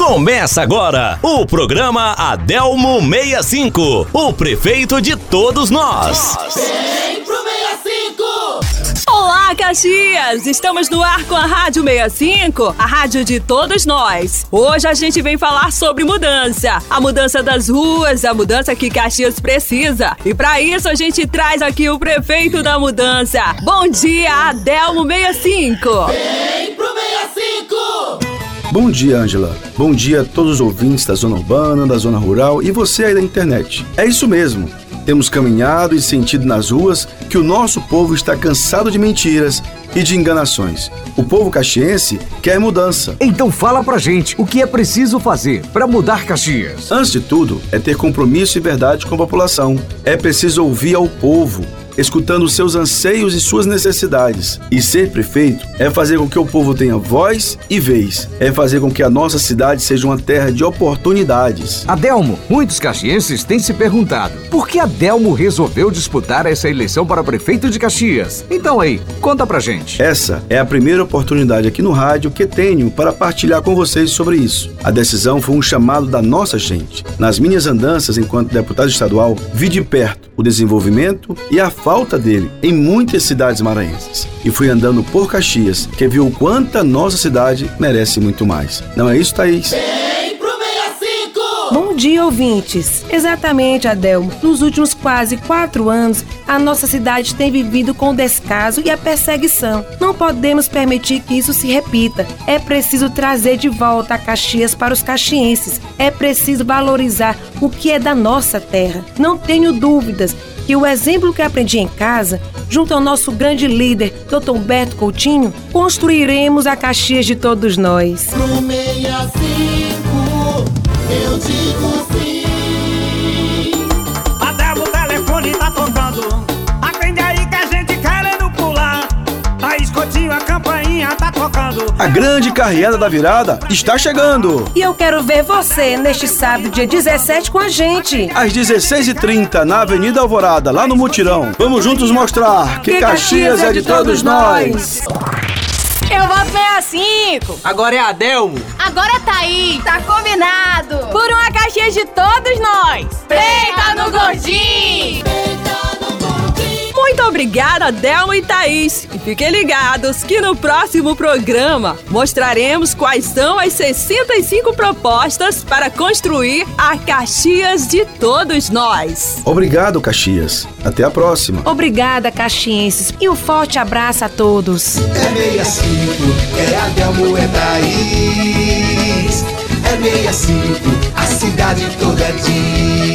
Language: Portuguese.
Começa agora o programa Adelmo 65, o prefeito de todos nós. Vem pro 65! Olá, Caxias! Estamos no ar com a Rádio 65, a rádio de todos nós. Hoje a gente vem falar sobre mudança. A mudança das ruas, a mudança que Caxias precisa. E para isso a gente traz aqui o prefeito da mudança. Bom dia, Adelmo 65! Vem pro 65! Bom dia, Ângela. Bom dia a todos os ouvintes da zona urbana, da zona rural e você aí da internet. É isso mesmo. Temos caminhado e sentido nas ruas que o nosso povo está cansado de mentiras e de enganações. O povo caxiense quer mudança. Então fala pra gente o que é preciso fazer para mudar Caxias. Antes de tudo, é ter compromisso e verdade com a população. É preciso ouvir ao povo, escutando seus anseios e suas necessidades. E ser prefeito é fazer com que o povo tenha voz e vez. É fazer com que a nossa cidade seja uma terra de oportunidades. Adelmo, muitos caxienses têm se perguntado por que Adelmo resolveu disputar essa eleição para prefeito de Caxias. Então aí, conta pra gente. Essa é a primeira oportunidade aqui no rádio que tenho para partilhar com vocês sobre isso. A decisão foi um chamado da nossa gente. Nas minhas andanças enquanto deputado estadual, vi de perto o desenvolvimento e a falta dele em muitas cidades maranhenses. E fui andando por Caxias, que viu o quanto a nossa cidade merece muito mais. Não é isso, Thaís? Vem pro 65! Bom dia, ouvintes. Exatamente, Adelmo. Nos últimos quase 4 anos, a nossa cidade tem vivido com o descaso e a perseguição. Não podemos permitir que isso se repita. É preciso trazer de volta a Caxias para os caxienses. É preciso valorizar o que é da nossa terra. Não tenho dúvidas que o exemplo que aprendi em casa, junto ao nosso grande líder, Dr. Humberto Coutinho, construiremos a Caxias de todos nós. Pro 65, eu digo sim. Adelmo, o telefone tá tocando. Atende aí que a gente querendo pular. Tá escotinho, a campainha tá tocando. A grande carreada da virada está chegando! E eu quero ver você neste sábado, dia 17, com a gente. Às 16h30, na Avenida Alvorada, lá no Mutirão. Vamos juntos mostrar que Caxias é de todos nós! Eu voto 65! Agora é Adelmo. Agora é Thaís. Tá combinado! Por uma Caxias de todos nós. Peita no gordinho! Muito obrigada, Adelmo e Thaís. E fiquem ligados que no próximo programa mostraremos quais são as 65 propostas para construir a Caxias de todos nós. Obrigado, Caxias. Até a próxima. Obrigada, caxienses, e um forte abraço a todos. É 65, é Adelmo, é Thaís. É 65, a cidade toda diz.